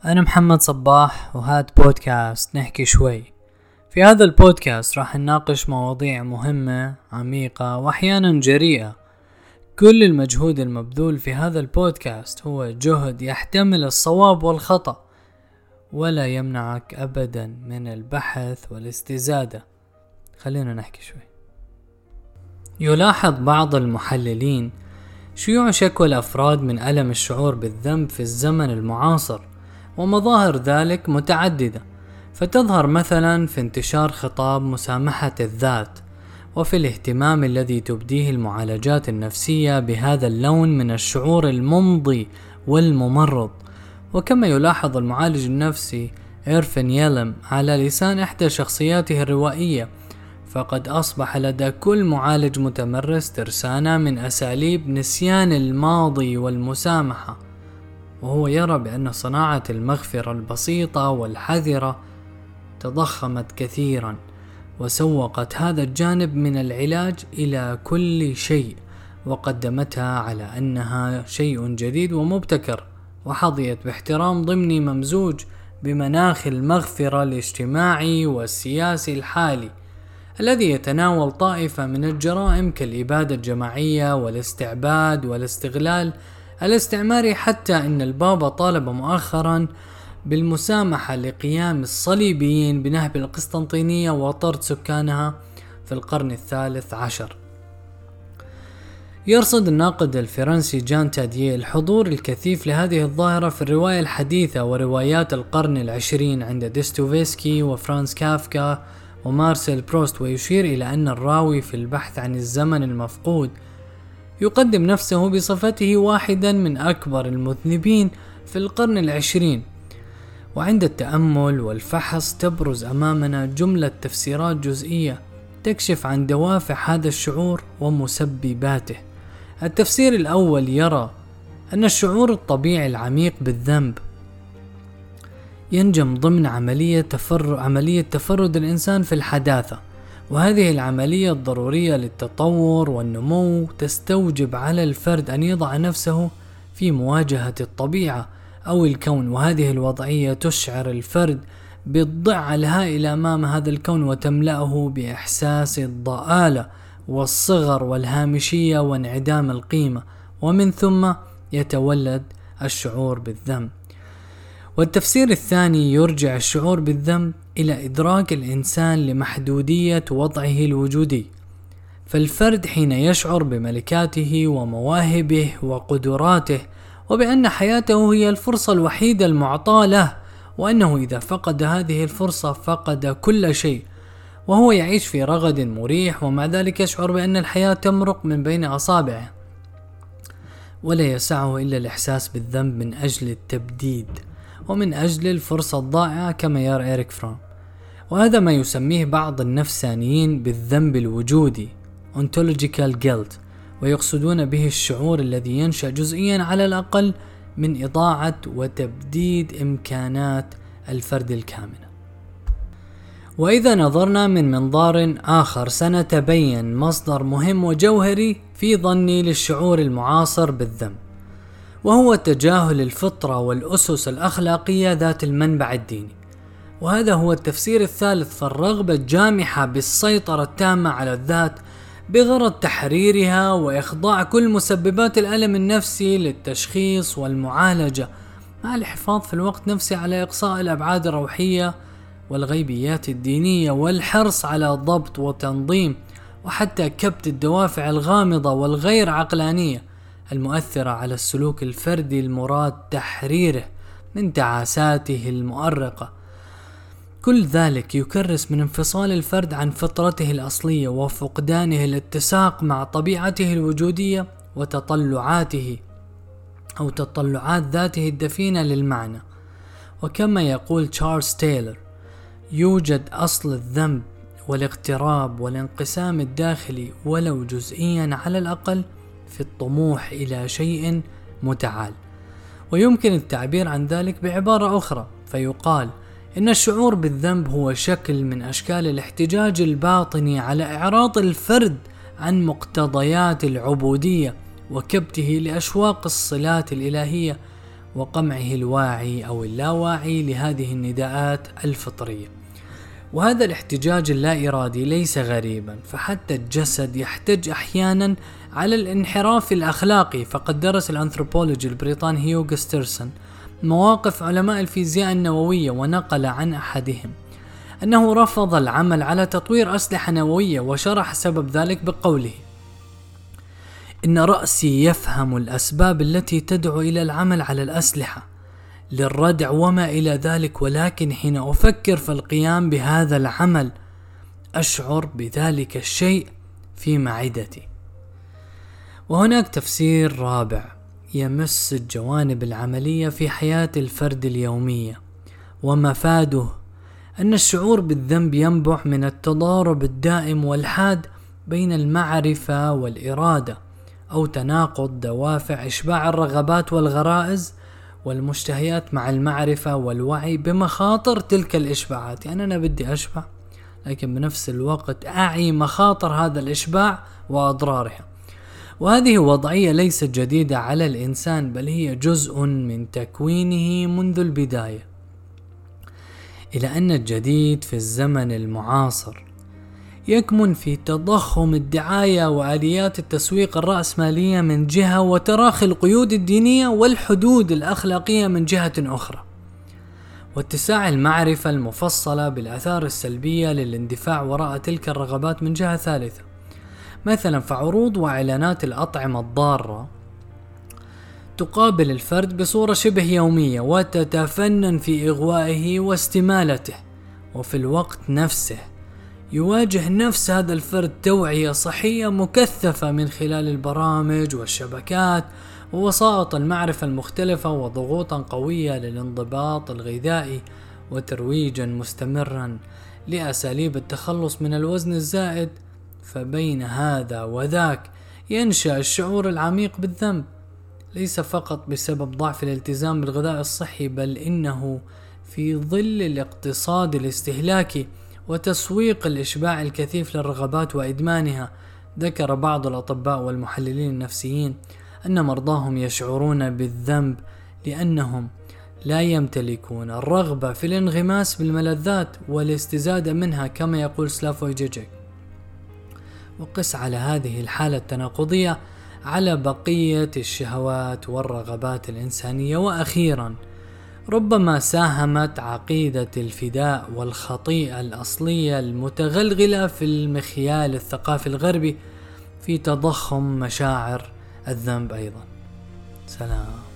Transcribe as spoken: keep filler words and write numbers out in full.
أنا محمد صباح وهذا بودكاست نحكي شوي. في هذا البودكاست راح نناقش مواضيع مهمة عميقة وأحيانا جريئة. كل المجهود المبذول في هذا البودكاست هو جهد يحتمل الصواب والخطأ، ولا يمنعك أبدا من البحث والاستزادة. خلينا نحكي شوي. يلاحظ بعض المحللين شيوع شكوى الأفراد من ألم الشعور بالذنب في الزمن المعاصر، ومظاهر ذلك متعددة، فتظهر مثلا في انتشار خطاب مسامحة الذات، وفي الاهتمام الذي تبديه المعالجات النفسية بهذا اللون من الشعور الممضي والممرض. وكما يلاحظ المعالج النفسي إيرفين يلم على لسان إحدى شخصياته الروائية، فقد أصبح لدى كل معالج متمرس ترسانة من أساليب نسيان الماضي والمسامحة، وهو يرى بأن صناعة المغفرة البسيطة والحذرة تضخمت كثيرا، وسوقت هذا الجانب من العلاج إلى كل شيء، وقدمتها على أنها شيء جديد ومبتكر، وحظيت باحترام ضمني ممزوج بمناخ المغفرة الاجتماعي والسياسي الحالي، الذي يتناول طائفة من الجرائم كالإبادة الجماعية والاستعباد والاستغلال الاستعماري، حتى إن البابا طالب مؤخرا بالمسامحة لقيام الصليبيين بنهب القسطنطينية وطرد سكانها في القرن الثالث عشر. يرصد الناقد الفرنسي جان تادييه الحضور الكثيف لهذه الظاهرة في الرواية الحديثة وروايات القرن العشرين عند ديستوفيسكي وفرانس كافكا ومارسيل بروست، ويشير إلى أن الراوي في البحث عن الزمن المفقود يقدم نفسه بصفته واحدا من أكبر المذنبين في القرن العشرين. وعند التأمل والفحص تبرز أمامنا جملة تفسيرات جزئية تكشف عن دوافع هذا الشعور ومسبباته. التفسير الأول يرى أن الشعور الطبيعي العميق بالذنب ينجم ضمن عملية تفرد, عملية تفرد الإنسان في الحداثة، وهذه العملية الضرورية للتطور والنمو تستوجب على الفرد أن يضع نفسه في مواجهة الطبيعة أو الكون، وهذه الوضعية تشعر الفرد بالضعة الهائلة أمام هذا الكون، وتملأه بإحساس الضآلة والصغر والهامشية وانعدام القيمة، ومن ثم يتولد الشعور بالذنب. والتفسير الثاني يرجع الشعور بالذنب إلى إدراك الإنسان لمحدودية وضعه الوجودي، فالفرد حين يشعر بملكاته ومواهبه وقدراته، وبأن حياته هي الفرصة الوحيدة المعطاة له، وأنه إذا فقد هذه الفرصة فقد كل شيء، وهو يعيش في رغد مريح، ومع ذلك يشعر بأن الحياة تمرق من بين أصابعه، ولا يسعه إلا الإحساس بالذنب من أجل التبديد ومن أجل الفرصة الضائعة، كما يرى إريك فرام. وهذا ما يسميه بعض النفسانيين بالذنب الوجودي ontological guilt، ويقصدون به الشعور الذي ينشأ جزئيا على الأقل من إضاعة وتبديد إمكانات الفرد الكامنة. وإذا نظرنا من منظار آخر سنتبين مصدر مهم وجوهري في ظني للشعور المعاصر بالذنب، وهو تجاهل الفطرة والأسس الأخلاقية ذات المنبع الديني. وهذا هو التفسير الثالث، فالرغبة الجامحة بالسيطرة التامة على الذات بغرض تحريرها وإخضاع كل مسببات الألم النفسي للتشخيص والمعالجة، مع الحفاظ في الوقت نفسه على إقصاء الأبعاد الروحية والغيبيات الدينية، والحرص على ضبط وتنظيم وحتى كبت الدوافع الغامضة والغير عقلانية المؤثرة على السلوك الفردي المراد تحريره من تعاساته المؤرقة. كل ذلك يكرس من انفصال الفرد عن فطرته الأصلية وفقدانه الاتساق مع طبيعته الوجودية وتطلعاته أو تطلعات ذاته الدفينة للمعنى. وكما يقول تشارلز تايلر، يوجد أصل الذنب والاغتراب والانقسام الداخلي ولو جزئيا على الأقل في الطموح إلى شيء متعال. ويمكن التعبير عن ذلك بعبارة أخرى، فيقال إن الشعور بالذنب هو شكل من أشكال الاحتجاج الباطني على إعراض الفرد عن مقتضيات العبودية وكبته لأشواق الصلات الإلهية وقمعه الواعي أو اللاواعي لهذه النداءات الفطرية. وهذا الاحتجاج اللا إرادي ليس غريبا، فحتى الجسد يحتج أحيانا على الانحراف الأخلاقي. فقد درس الأنثروبولوجي البريطاني هيو جسترسون مواقف علماء الفيزياء النووية، ونقل عن أحدهم أنه رفض العمل على تطوير أسلحة نووية، وشرح سبب ذلك بقوله: إن رأسي يفهم الأسباب التي تدعو إلى العمل على الأسلحة للردع وما إلى ذلك، ولكن حين أفكر في القيام بهذا العمل أشعر بذلك الشيء في معدتي. وهناك تفسير رابع يمس الجوانب العملية في حياة الفرد اليومية، ومفاده أن الشعور بالذنب ينبع من التضارب الدائم والحاد بين المعرفة والإرادة، أو تناقض دوافع إشباع الرغبات والغرائز والمشتهيات مع المعرفة والوعي بمخاطر تلك الإشباعات. يعني أنا بدي أشبع، لكن بنفس الوقت أعي مخاطر هذا الإشباع وأضرارها. وهذه وضعية ليست جديدة على الإنسان، بل هي جزء من تكوينه منذ البداية، إلى أن الجديد في الزمن المعاصر يكمن في تضخم الدعاية وآليات التسويق الرأسمالية من جهة، وتراخي القيود الدينية والحدود الأخلاقية من جهة أخرى، واتساع المعرفة المفصلة بالآثار السلبية للاندفاع وراء تلك الرغبات من جهة ثالثة. مثلا فعروض وإعلانات الأطعمة الضارة تقابل الفرد بصورة شبه يومية، وتتفنن في إغوائه واستمالته، وفي الوقت نفسه يواجه نفس هذا الفرد توعية صحية مكثفة من خلال البرامج والشبكات ووسائط المعرفة المختلفة، وضغوطا قوية للانضباط الغذائي، وترويجا مستمرا لأساليب التخلص من الوزن الزائد. فبين هذا وذاك ينشأ الشعور العميق بالذنب، ليس فقط بسبب ضعف الالتزام بالغذاء الصحي، بل إنه في ظل الاقتصاد الاستهلاكي وتسويق الإشباع الكثيف للرغبات وإدمانها. ذكر بعض الأطباء والمحللين النفسيين أن مرضاهم يشعرون بالذنب لأنهم لا يمتلكون الرغبة في الانغماس بالملذات والاستزادة منها، كما يقول سلافوي جيجيك. وقس على هذه الحالة التناقضية على بقية الشهوات والرغبات الإنسانية. وأخيرا ربما ساهمت عقيدة الفداء والخطيئة الأصلية المتغلغلة في المخيال الثقافي الغربي في تضخم مشاعر الذنب أيضا. سلام.